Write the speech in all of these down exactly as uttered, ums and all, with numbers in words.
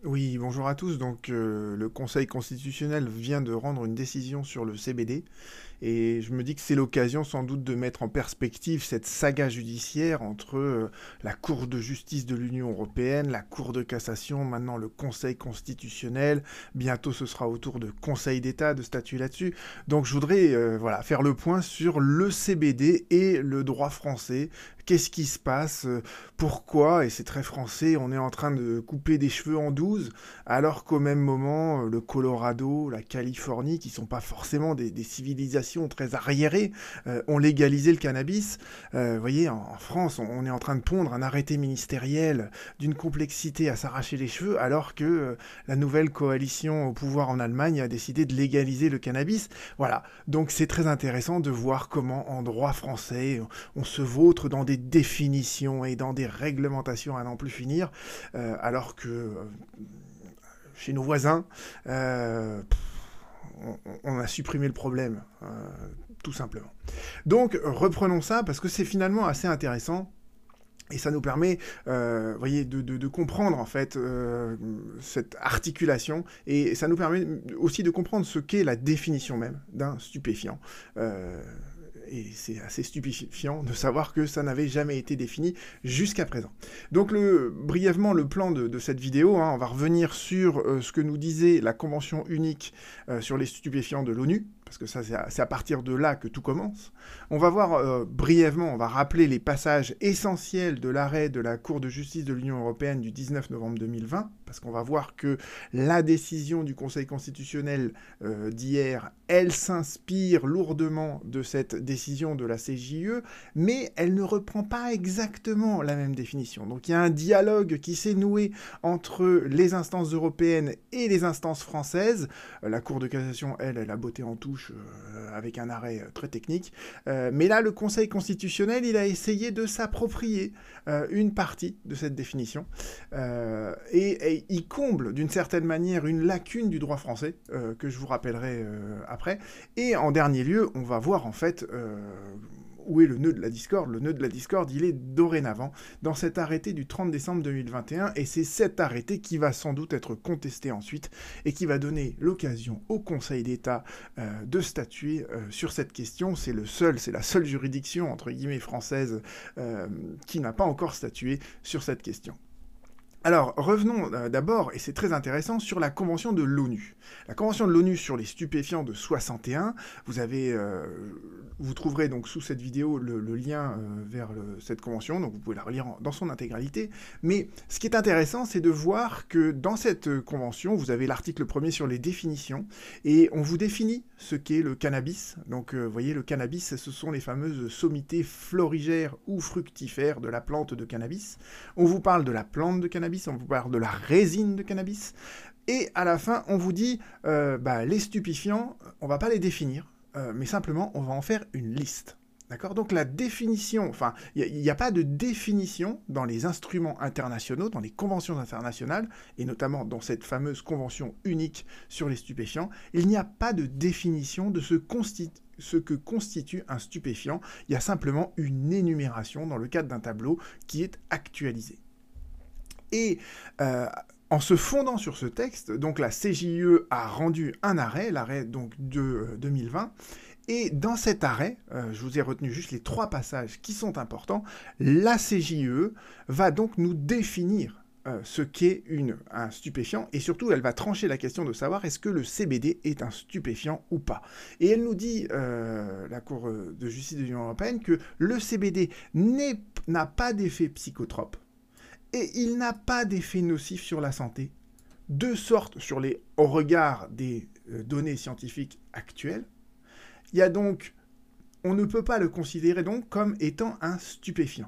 Oui, bonjour à tous. Donc, euh, le Conseil constitutionnel vient de rendre une décision sur le C B D et je me dis que c'est l'occasion sans doute de mettre en perspective cette saga judiciaire entre euh, la Cour de justice de l'Union européenne, la Cour de cassation, maintenant le Conseil constitutionnel. Bientôt, ce sera au tour de Conseil d'État de statuer là-dessus. Donc, je voudrais euh, voilà, faire le point sur le C B D et le droit français. Qu'est-ce qui se passe? Pourquoi, et c'est très français, on est en train de couper des cheveux en douze, alors qu'au même moment, le Colorado, la Californie, qui ne sont pas forcément des, des civilisations très arriérées, euh, ont légalisé le cannabis. Euh, vous voyez, en, en France, on, on est en train de pondre un arrêté ministériel d'une complexité à s'arracher les cheveux, alors que euh, la nouvelle coalition au pouvoir en Allemagne a décidé de légaliser le cannabis. Voilà, donc c'est très intéressant de voir comment, en droit français, on, on se vautre dans des définitions et dans des réglementations à n'en plus finir, euh, alors que euh, chez nos voisins, euh, on, on, a supprimé le problème, euh, tout simplement. Donc reprenons ça, parce que c'est finalement assez intéressant. Et ça nous permet, euh, voyez, de, de, de comprendre en fait euh, cette articulation, et ça nous permet aussi de comprendre ce qu'est la définition même d'un stupéfiant. Euh, et c'est assez stupéfiant de savoir que ça n'avait jamais été défini jusqu'à présent. Donc le, brièvement, le plan de, de cette vidéo, hein, on va revenir sur euh, ce que nous disait la Convention unique euh, sur les stupéfiants de l'ONU, parce que ça c'est à, c'est à partir de là que tout commence. On va voir euh, brièvement, on va rappeler les passages essentiels de l'arrêt de la Cour de justice de l'Union européenne du dix-neuf novembre deux mille vingt, parce qu'on va voir que la décision du Conseil constitutionnel euh, d'hier, elle s'inspire lourdement de cette décision de la C J E, mais elle ne reprend pas exactement la même définition. Donc il y a un dialogue qui s'est noué entre les instances européennes et les instances françaises. La Cour de cassation, elle, elle a botté en touche euh, avec un arrêt euh, très technique. Euh, mais là, le Conseil constitutionnel, il a essayé de s'approprier euh, une partie de cette définition. Euh, et, et il comble d'une certaine manière une lacune du droit français, euh, que je vous rappellerai euh, après. Et en dernier lieu, on va voir en fait euh, où est le nœud de la discorde. Le nœud de la discorde, il est dorénavant dans cet arrêté du trente décembre deux mille vingt et un, et c'est cet arrêté qui va sans doute être contesté ensuite, et qui va donner l'occasion au Conseil d'État euh, de statuer euh, sur cette question. C'est le seul, c'est la seule juridiction, entre guillemets, française euh, qui n'a pas encore statué sur cette question. Alors, revenons euh, d'abord, et c'est très intéressant, sur la Convention de l'ONU. La Convention de l'ONU sur les stupéfiants de soixante et un, vous avez, euh, vous trouverez donc sous cette vidéo le, le lien euh, vers le, cette convention, donc vous pouvez la relire en, dans son intégralité. Mais ce qui est intéressant, c'est de voir que dans cette convention, vous avez l'article premier sur les définitions, et on vous définit ce qu'est le cannabis. Donc, euh, vous voyez, le cannabis, ce sont les fameuses sommités florigères ou fructifères de la plante de cannabis. On vous parle de la plante de cannabis, on vous parle de la résine de cannabis, et à la fin, on vous dit, euh, bah, les stupéfiants, on va pas les définir, euh, mais simplement, on va en faire une liste. D'accord? Donc la définition, enfin, il n'y a, a pas de définition dans les instruments internationaux, dans les conventions internationales, et notamment dans cette fameuse convention unique sur les stupéfiants, il n'y a pas de définition de ce, ce que constitue un stupéfiant, il y a simplement une énumération dans le cadre d'un tableau qui est actualisé. Et euh, en se fondant sur ce texte, donc la C J E a rendu un arrêt, l'arrêt donc de euh, deux mille vingt, et dans cet arrêt, euh, je vous ai retenu juste les trois passages qui sont importants, la C J E va donc nous définir euh, ce qu'est une, un stupéfiant, et surtout elle va trancher la question de savoir est-ce que le C B D est un stupéfiant ou pas. Et elle nous dit, euh, la Cour de justice de l'Union européenne, que le C B D n'a pas d'effet psychotrope, et il n'a pas d'effet nocif sur la santé, de sorte, sur les, au regard des euh, données scientifiques actuelles, il y a donc, on ne peut pas le considérer donc comme étant un stupéfiant.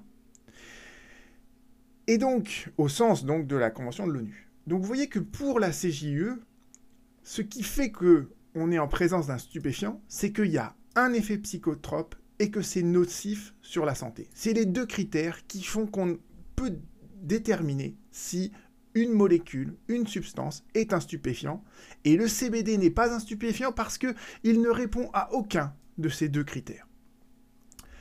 Et donc, au sens donc de la Convention de l'ONU. Donc vous voyez que pour la C J E, ce qui fait qu'on est en présence d'un stupéfiant, c'est qu'il y a un effet psychotrope et que c'est nocif sur la santé. C'est les deux critères qui font qu'on peut déterminer si une molécule, une substance est un stupéfiant, et le C B D n'est pas un stupéfiant parce qu'il ne répond à aucun de ces deux critères.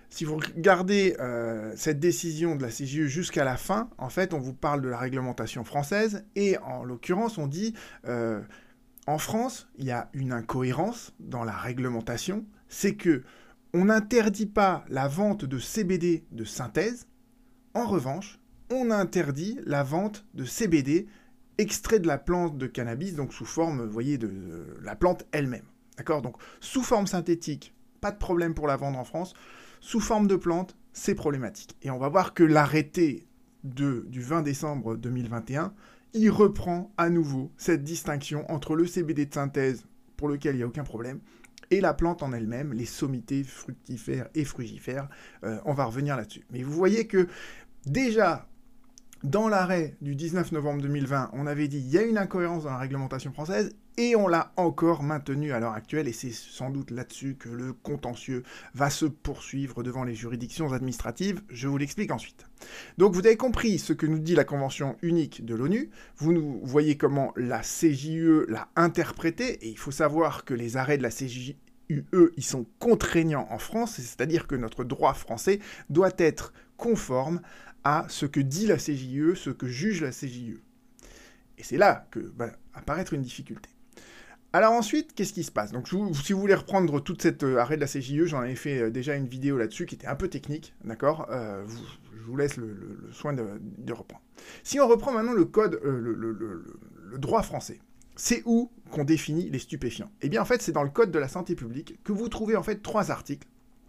Si vous regardez euh, cette décision de la C J E jusqu'à la fin, en fait, on vous parle de la réglementation française, et en l'occurrence, on dit, euh, en France, il y a une incohérence dans la réglementation, c'est que on n'interdit pas la vente de C B D de synthèse, en revanche, on interdit la vente de C B D extrait de la plante de cannabis, donc sous forme, vous voyez, de, de la plante elle-même. D'accord? Donc, sous forme synthétique, pas de problème pour la vendre en France. Sous forme de plante, c'est problématique. Et on va voir que l'arrêté de, du vingt décembre deux mille vingt et un, il reprend à nouveau cette distinction entre le C B D de synthèse, pour lequel il n'y a aucun problème, et la plante en elle-même, les sommités fructifères et frugifères. Euh, on va revenir là-dessus. Mais vous voyez que déjà, dans l'arrêt du dix-neuf novembre deux mille vingt, on avait dit qu'il y a une incohérence dans la réglementation française, et on l'a encore maintenu à l'heure actuelle, et c'est sans doute là-dessus que le contentieux va se poursuivre devant les juridictions administratives. Je vous l'explique ensuite. Donc vous avez compris ce que nous dit la Convention unique de l'ONU, vous nous voyez comment la C J U E l'a interprété, et il faut savoir que les arrêts de la C J U E, ils sont contraignants en France, c'est-à-dire que notre droit français doit être conforme à ce que dit la C J U E, ce que juge la C J U E. Et c'est là que va apparaître une difficulté. Alors ensuite, qu'est-ce qui se passe? Donc, si vous voulez reprendre toute cette euh, arrêt de la C J U E, j'en avais fait euh, déjà une vidéo là-dessus qui était un peu technique, d'accord euh, Je vous laisse le, le, le soin de, de reprendre. Si on reprend maintenant le code, euh, le, le, le, le droit français, c'est où qu'on définit les stupéfiants? Eh bien, en fait, c'est dans le code de la santé publique que vous trouvez en fait trois articles.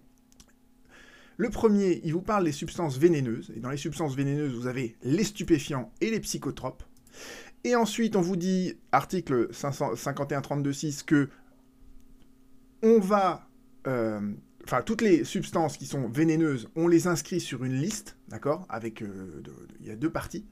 Le premier, il vous parle des substances vénéneuses, et dans les substances vénéneuses, vous avez les stupéfiants et les psychotropes. Et ensuite, on vous dit, article cinquante et un trente-deux six, que on va... Euh, enfin, toutes les substances qui sont vénéneuses, on les inscrit sur une liste, d'accord? Avec... Euh, de, de, il y a deux parties.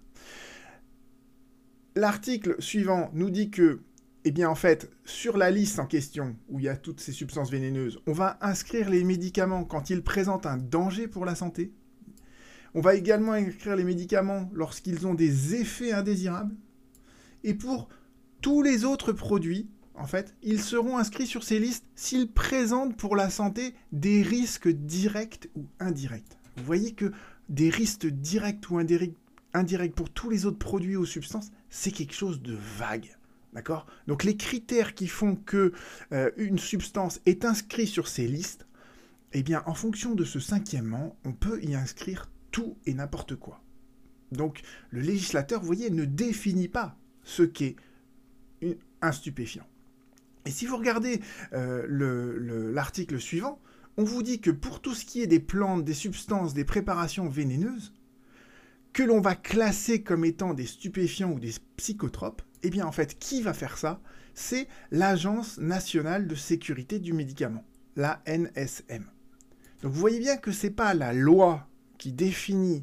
L'article suivant nous dit que, eh bien, en fait, sur la liste en question, où il y a toutes ces substances vénéneuses, on va inscrire les médicaments quand ils présentent un danger pour la santé. On va également inscrire les médicaments lorsqu'ils ont des effets indésirables. Et pour tous les autres produits, en fait, ils seront inscrits sur ces listes s'ils présentent pour la santé des risques directs ou indirects. Vous voyez que des risques directs ou indirects pour tous les autres produits ou substances, c'est quelque chose de vague. D'accord? Donc les critères qui font que euh, une substance est inscrite sur ces listes, eh bien, en fonction de ce cinquièmement, on peut y inscrire tout et n'importe quoi. Donc le législateur, vous voyez, ne définit pas ce qu'est un stupéfiant. Et si vous regardez euh, le, le, l'article suivant, on vous dit que pour tout ce qui est des plantes, des substances, des préparations vénéneuses, que l'on va classer comme étant des stupéfiants ou des psychotropes, eh bien en fait, qui va faire ça? C'est l'Agence nationale de sécurité du médicament, la N S M. Donc vous voyez bien que ce n'est pas la loi qui définit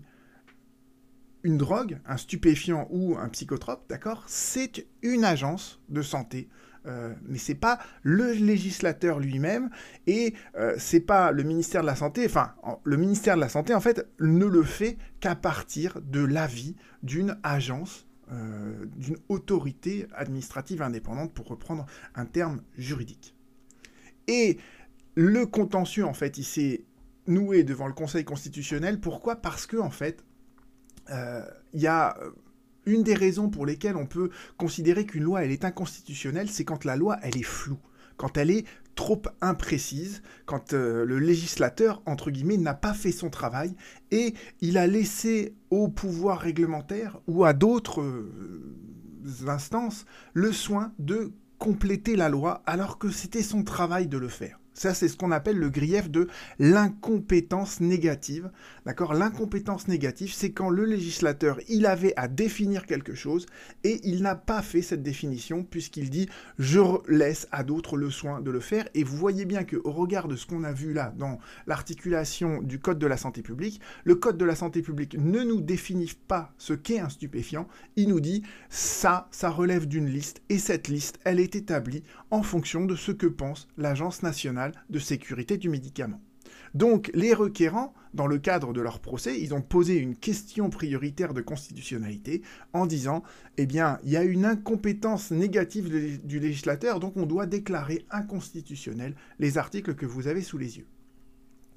une drogue, un stupéfiant ou un psychotrope, d'accord? C'est une agence de santé, euh, mais c'est pas le législateur lui-même, et euh, c'est pas le ministère de la Santé, enfin, le ministère de la Santé, en fait, ne le fait qu'à partir de l'avis d'une agence, euh, d'une autorité administrative indépendante, pour reprendre un terme juridique. Et le contentieux, en fait, il s'est noué devant le Conseil constitutionnel. Pourquoi? Parce que, en fait, il euh, y a une des raisons pour lesquelles on peut considérer qu'une loi elle est inconstitutionnelle, c'est quand la loi elle est floue, quand elle est trop imprécise, quand euh, le législateur, entre guillemets, n'a pas fait son travail et il a laissé au pouvoir réglementaire ou à d'autres euh, instances le soin de compléter la loi alors que c'était son travail de le faire. Ça, c'est ce qu'on appelle le grief de l'incompétence négative. D'accord? L'incompétence négative, c'est quand le législateur, il avait à définir quelque chose et il n'a pas fait cette définition puisqu'il dit « je laisse à d'autres le soin de le faire ». Et vous voyez bien qu'au regard de ce qu'on a vu là dans l'articulation du Code de la santé publique, le Code de la santé publique ne nous définit pas ce qu'est un stupéfiant. Il nous dit « ça, ça relève d'une liste et cette liste, elle est établie en fonction de ce que pense l'Agence nationale de sécurité du médicament ». Donc, les requérants, dans le cadre de leur procès, ils ont posé une question prioritaire de constitutionnalité en disant, eh bien, il y a une incompétence négative du législateur, donc on doit déclarer inconstitutionnels les articles que vous avez sous les yeux.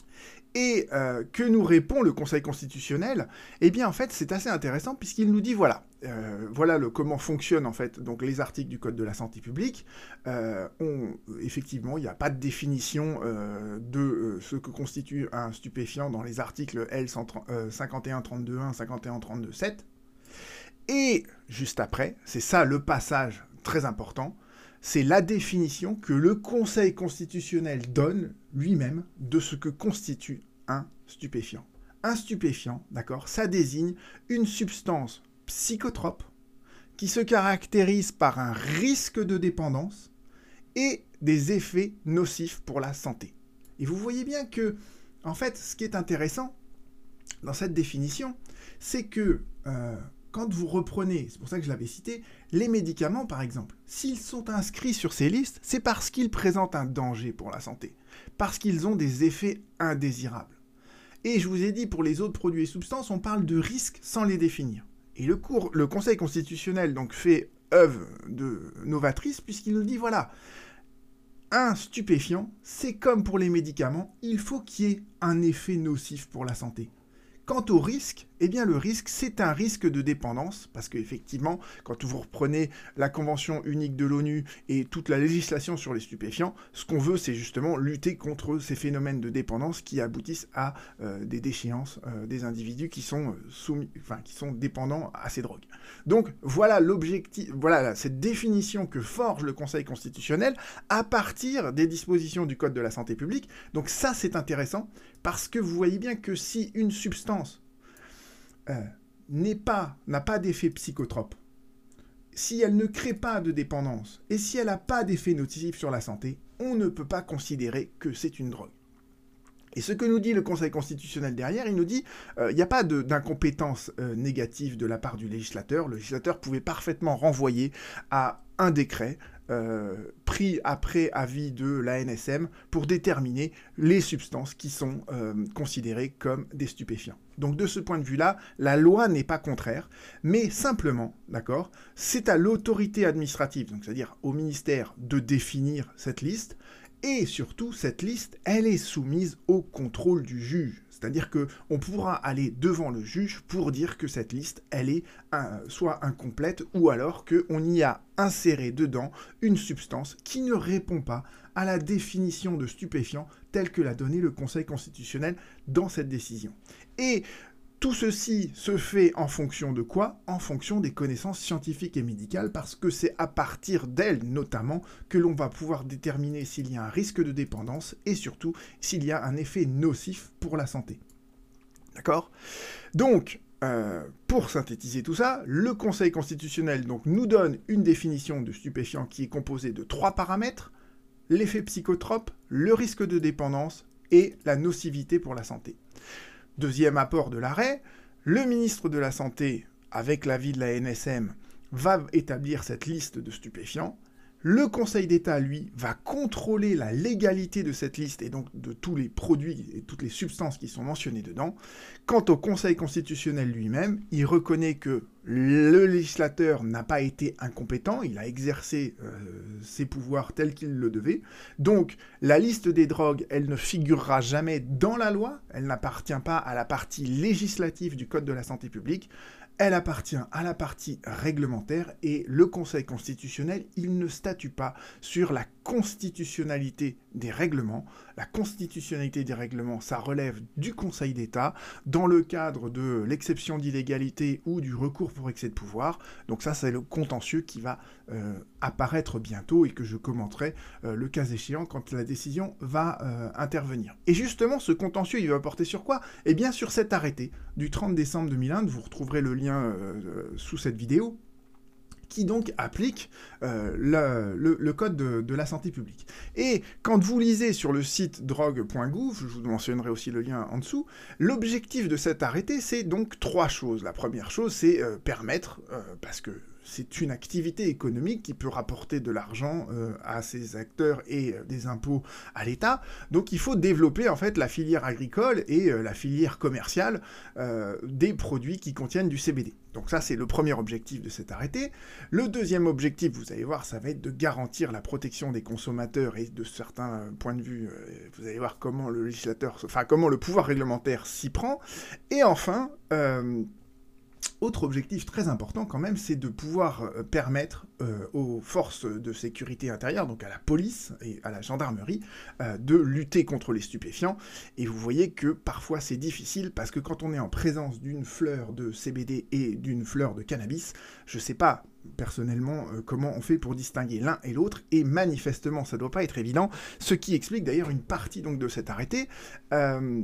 Et euh, que nous répond le Conseil constitutionnel? Eh bien, en fait, c'est assez intéressant puisqu'il nous dit, voilà, euh, voilà le, comment fonctionnent, en fait, donc les articles du Code de la santé publique. Euh, on, effectivement, il n'y a pas de définition euh, de euh, ce que constitue un stupéfiant dans les articles L cinquante et un trente-deux un, cinquante et un trente-deux sept. Et juste après, c'est ça le passage très important, c'est la définition que le Conseil constitutionnel donne lui-même de ce que constitue un stupéfiant. Un stupéfiant, d'accord, ça désigne une substance psychotrope qui se caractérise par un risque de dépendance et des effets nocifs pour la santé. Et vous voyez bien que, en fait, ce qui est intéressant dans cette définition, c'est que euh, quand vous reprenez, c'est pour ça que je l'avais cité, les médicaments par exemple, s'ils sont inscrits sur ces listes, c'est parce qu'ils présentent un danger pour la santé, parce qu'ils ont des effets indésirables. Et je vous ai dit, pour les autres produits et substances, on parle de risques sans les définir. Et le, cours, le Conseil constitutionnel donc fait œuvre de novatrice, puisqu'il nous dit, voilà, un stupéfiant, c'est comme pour les médicaments, il faut qu'il y ait un effet nocif pour la santé. Quant au risque, eh bien le risque, c'est un risque de dépendance, parce qu'effectivement, quand vous reprenez la Convention unique de l'ONU et toute la législation sur les stupéfiants, ce qu'on veut, c'est justement lutter contre ces phénomènes de dépendance qui aboutissent à euh, des déchéances euh, des individus qui sont, euh, soumis, enfin, qui sont dépendants à ces drogues. Donc voilà l'objectif, voilà cette définition que forge le Conseil constitutionnel à partir des dispositions du Code de la santé publique. Donc ça, c'est intéressant, parce que vous voyez bien que si une substance euh, n'est pas, n'a pas d'effet psychotrope, si elle ne crée pas de dépendance, et si elle n'a pas d'effet nocif sur la santé, on ne peut pas considérer que c'est une drogue. Et ce que nous dit le Conseil constitutionnel derrière, il nous dit il euh, n'y a pas d'incompétence euh, négative de la part du législateur. Le législateur pouvait parfaitement renvoyer à un décret euh, pris après avis de l'A N S M pour déterminer les substances qui sont euh, considérées comme des stupéfiants. Donc de ce point de vue-là, la loi n'est pas contraire, mais simplement, d'accord, c'est à l'autorité administrative, donc c'est-à-dire au ministère, de définir cette liste. Et surtout, cette liste, elle est soumise au contrôle du juge. C'est-à-dire qu'on pourra aller devant le juge pour dire que cette liste, elle est un, soit incomplète, ou alors qu'on y a inséré dedans une substance qui ne répond pas à la définition de stupéfiant telle que l'a donnée le Conseil constitutionnel dans cette décision. Et tout ceci se fait en fonction de quoi? En fonction des connaissances scientifiques et médicales, parce que c'est à partir d'elles, notamment, que l'on va pouvoir déterminer s'il y a un risque de dépendance et surtout s'il y a un effet nocif pour la santé. D'accord? Donc, euh, pour synthétiser tout ça, le Conseil constitutionnel donc, nous donne une définition de stupéfiant qui est composée de trois paramètres: l'effet psychotrope, le risque de dépendance et la nocivité pour la santé. Deuxième apport de l'arrêt, le ministre de la Santé, avec l'avis de la N S M, va établir cette liste de stupéfiants. Le Conseil d'État, lui, va contrôler la légalité de cette liste et donc de tous les produits et toutes les substances qui sont mentionnées dedans. Quant au Conseil constitutionnel lui-même, il reconnaît que le législateur n'a pas été incompétent, il a exercé euh, ses pouvoirs tels qu'il le devait. Donc, la liste des drogues, elle ne figurera jamais dans la loi, elle n'appartient pas à la partie législative du Code de la santé publique. Elle appartient à la partie réglementaire et le Conseil constitutionnel, il ne statue pas sur la constitutionnalité des règlements. La constitutionnalité des règlements, ça relève du Conseil d'État dans le cadre de l'exception d'illégalité ou du recours pour excès de pouvoir. Donc ça, c'est le contentieux qui va euh, apparaître bientôt et que je commenterai euh, le cas échéant quand la décision va euh, intervenir. Et justement, ce contentieux, il va porter sur quoi? Eh bien, sur cet arrêté du trente décembre deux mille un, vous retrouverez le lien euh, sous cette vidéo, qui donc applique euh, le, le, le code de, de la santé publique. Et quand vous lisez sur le site drogue point gouv, je vous mentionnerai aussi le lien en dessous, l'objectif de cet arrêté, c'est donc trois choses. La première chose, c'est euh, permettre, euh, parce que c'est une activité économique qui peut rapporter de l'argent euh, à ses acteurs et euh, des impôts à l'État. Donc il faut développer en fait la filière agricole et euh, la filière commerciale euh, des produits qui contiennent du C B D. Donc ça, c'est le premier objectif de cet arrêté. Le deuxième objectif, vous allez voir, ça va être de garantir la protection des consommateurs et de certains points de vue, euh, vous allez voir comment le législateur, enfin comment le pouvoir réglementaire s'y prend. Et enfin, euh, autre objectif très important quand même, c'est de pouvoir euh, permettre euh, aux forces de sécurité intérieure, donc à la police et à la gendarmerie, euh, de lutter contre les stupéfiants. Et vous voyez que parfois c'est difficile, parce que quand on est en présence d'une fleur de C B D et d'une fleur de cannabis, je sais pas personnellement euh, comment on fait pour distinguer l'un et l'autre, et manifestement ça doit pas être évident, ce qui explique d'ailleurs une partie donc de cet arrêté. Euh,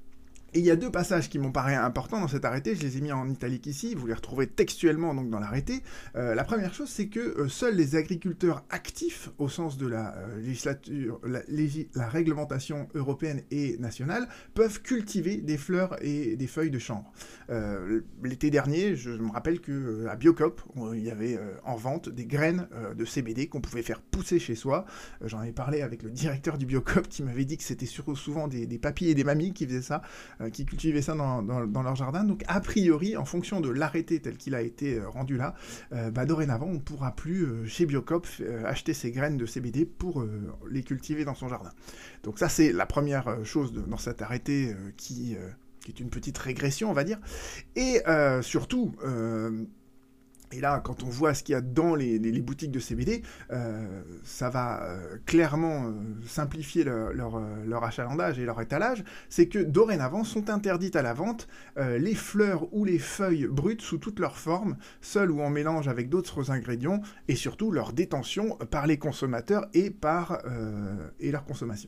Et il y a deux passages qui m'ont paru importants dans cet arrêté, je les ai mis en italique ici, vous les retrouvez textuellement donc dans l'arrêté. Euh, la première chose, c'est que euh, seuls les agriculteurs actifs, au sens de la euh, législature, la, légis, la réglementation européenne et nationale, peuvent cultiver des fleurs et des feuilles de chanvre. Euh, L'été dernier, je, je me rappelle qu'à euh, Biocop, il y avait euh, en vente des graines euh, de C B D qu'on pouvait faire pousser chez soi. Euh, J'en avais parlé avec le directeur du Biocop qui m'avait dit que c'était souvent des, des papis et des mamies qui faisaient ça, euh, qui cultivaient ça dans, dans, dans leur jardin. Donc a priori, en fonction de l'arrêté tel qu'il a été euh, rendu là, euh, bah, dorénavant, on ne pourra plus euh, chez Biocop euh, acheter ces graines de C B D pour euh, les cultiver dans son jardin. Donc ça, c'est la première chose de, dans cet arrêté euh, qui, euh, qui est une petite régression, on va dire. Et euh, surtout... Euh, Et là, quand on voit ce qu'il y a dans les, les, les boutiques de C B D, euh, ça va euh, clairement euh, simplifier le, leur, euh, leur achalandage et leur étalage. C'est que dorénavant sont interdites à la vente euh, les fleurs ou les feuilles brutes sous toutes leurs formes, seules ou en mélange avec d'autres ingrédients, et surtout leur détention par les consommateurs et par euh, et leur consommation.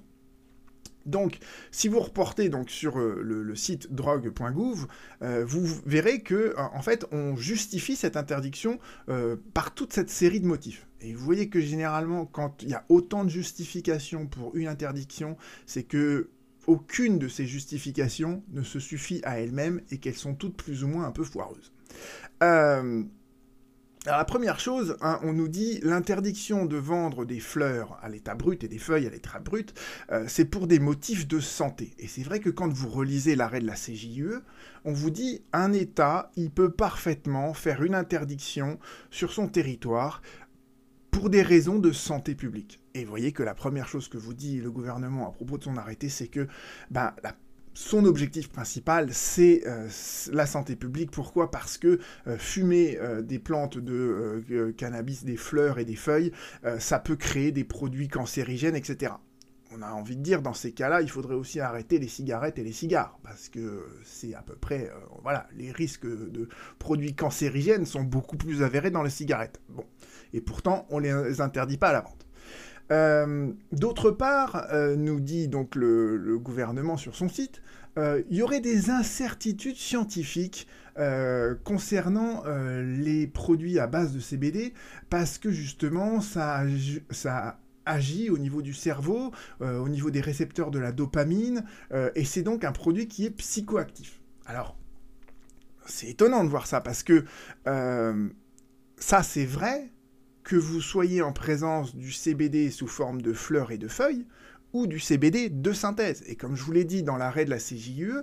Donc, si vous reportez donc, sur euh, le, le site drogue point gouv, euh, vous verrez que, en fait, on justifie cette interdiction euh, par toute cette série de motifs. Et vous voyez que généralement, quand il y a autant de justifications pour une interdiction, c'est que aucune de ces justifications ne se suffit à elle-même et qu'elles sont toutes plus ou moins un peu foireuses. Euh... Alors la première chose, hein, on nous dit l'interdiction de vendre des fleurs à l'état brut et des feuilles à l'état brut, euh, c'est pour des motifs de santé. Et c'est vrai que quand vous relisez l'arrêt de la C J U E, on vous dit un État, il peut parfaitement faire une interdiction sur son territoire pour des raisons de santé publique. Et vous voyez que la première chose que vous dit le gouvernement à propos de son arrêté, c'est que ben, la son objectif principal, c'est euh, la santé publique. Pourquoi ? Parce que euh, fumer euh, des plantes de euh, cannabis, des fleurs et des feuilles, euh, ça peut créer des produits cancérigènes, et cetera. On a envie de dire, dans ces cas-là, il faudrait aussi arrêter les cigarettes et les cigares, parce que c'est à peu près... Euh, voilà, les risques de produits cancérigènes sont beaucoup plus avérés dans les cigarettes. Bon. Et pourtant, on ne les interdit pas à la vente. Euh, D'autre part, euh, nous dit donc le, le gouvernement sur son site, euh, il y aurait des incertitudes scientifiques euh, concernant euh, les produits à base de C B D, parce que justement, ça, ça agit au niveau du cerveau, euh, au niveau des récepteurs de la dopamine, euh, et c'est donc un produit qui est psychoactif. Alors, c'est étonnant de voir ça, parce que euh, ça, c'est vrai, que vous soyez en présence du C B D sous forme de fleurs et de feuilles, ou du C B D de synthèse. Et comme je vous l'ai dit dans l'arrêt de la C J U E,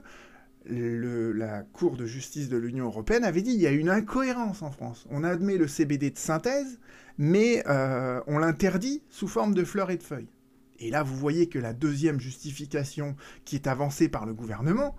le, la Cour de justice de l'Union européenne avait dit qu'il y a une incohérence en France. On admet le C B D de synthèse, mais euh, on l'interdit sous forme de fleurs et de feuilles. Et là, vous voyez que la deuxième justification qui est avancée par le gouvernement,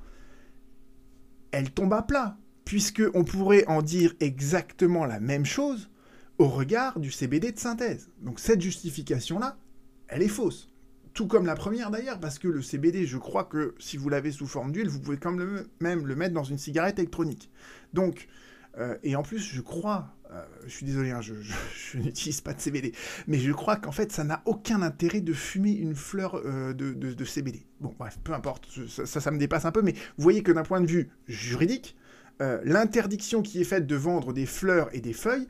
elle tombe à plat, puisqu'on pourrait en dire exactement la même chose au regard du C B D de synthèse. Donc cette justification-là, elle est fausse. Tout comme la première d'ailleurs, parce que le C B D, je crois que si vous l'avez sous forme d'huile, vous pouvez quand même le mettre dans une cigarette électronique. Donc, euh, et en plus, je crois, euh, je suis désolé, hein, je, je, je n'utilise pas de C B D, mais je crois qu'en fait, ça n'a aucun intérêt de fumer une fleur euh, de, de, de C B D. Bon, bref, peu importe, ça, ça, ça me dépasse un peu, mais vous voyez que d'un point de vue juridique, euh, l'interdiction qui est faite de vendre des fleurs et des feuilles,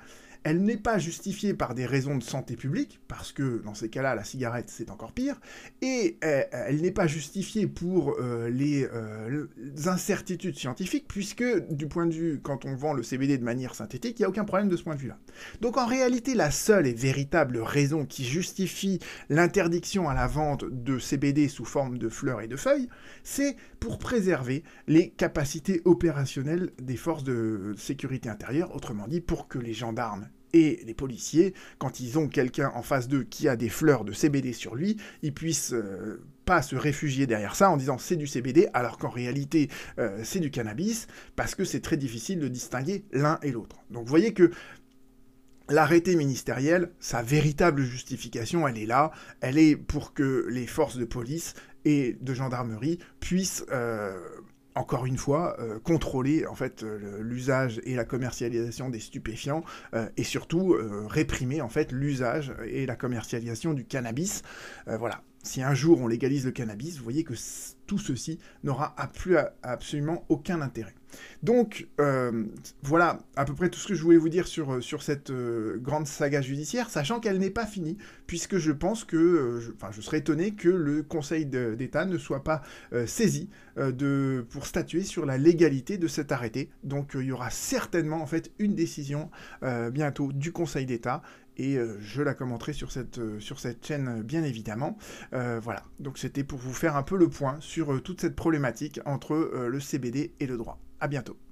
elle n'est pas justifiée par des raisons de santé publique, parce que dans ces cas-là, la cigarette, c'est encore pire, et euh, elle n'est pas justifiée pour euh, les, euh, les incertitudes scientifiques, puisque du point de vue, quand on vend le C B D de manière synthétique, il n'y a aucun problème de ce point de vue-là. Donc en réalité, la seule et véritable raison qui justifie l'interdiction à la vente de C B D sous forme de fleurs et de feuilles, c'est pour préserver les capacités opérationnelles des forces de sécurité intérieure, autrement dit pour que les gendarmes et les policiers, quand ils ont quelqu'un en face d'eux qui a des fleurs de C B D sur lui, ils puissent euh, pas se réfugier derrière ça en disant c'est du C B D, alors qu'en réalité euh, c'est du cannabis, parce que c'est très difficile de distinguer l'un et l'autre. Donc vous voyez que l'arrêté ministériel, sa véritable justification, elle est là, elle est pour que les forces de police et de gendarmerie puissent... Euh, encore une fois, euh, contrôler en fait euh, l'usage et la commercialisation des stupéfiants euh, et surtout euh, réprimer en fait l'usage et la commercialisation du cannabis. Euh, voilà. Si un jour on légalise le cannabis, vous voyez que tout ceci n'aura plus absolument aucun intérêt. Donc euh, voilà à peu près tout ce que je voulais vous dire sur, sur cette euh, grande saga judiciaire, sachant qu'elle n'est pas finie, puisque je pense que, euh, je, enfin je serais étonné que le Conseil d'État ne soit pas euh, saisi euh, de, pour statuer sur la légalité de cet arrêté. Donc euh, il y aura certainement en fait une décision euh, bientôt du Conseil d'État, et euh, je la commenterai sur cette, euh, sur cette chaîne, euh, bien évidemment. Euh, voilà, donc c'était pour vous faire un peu le point sur euh, toute cette problématique entre euh, le C B D et le droit. À bientôt.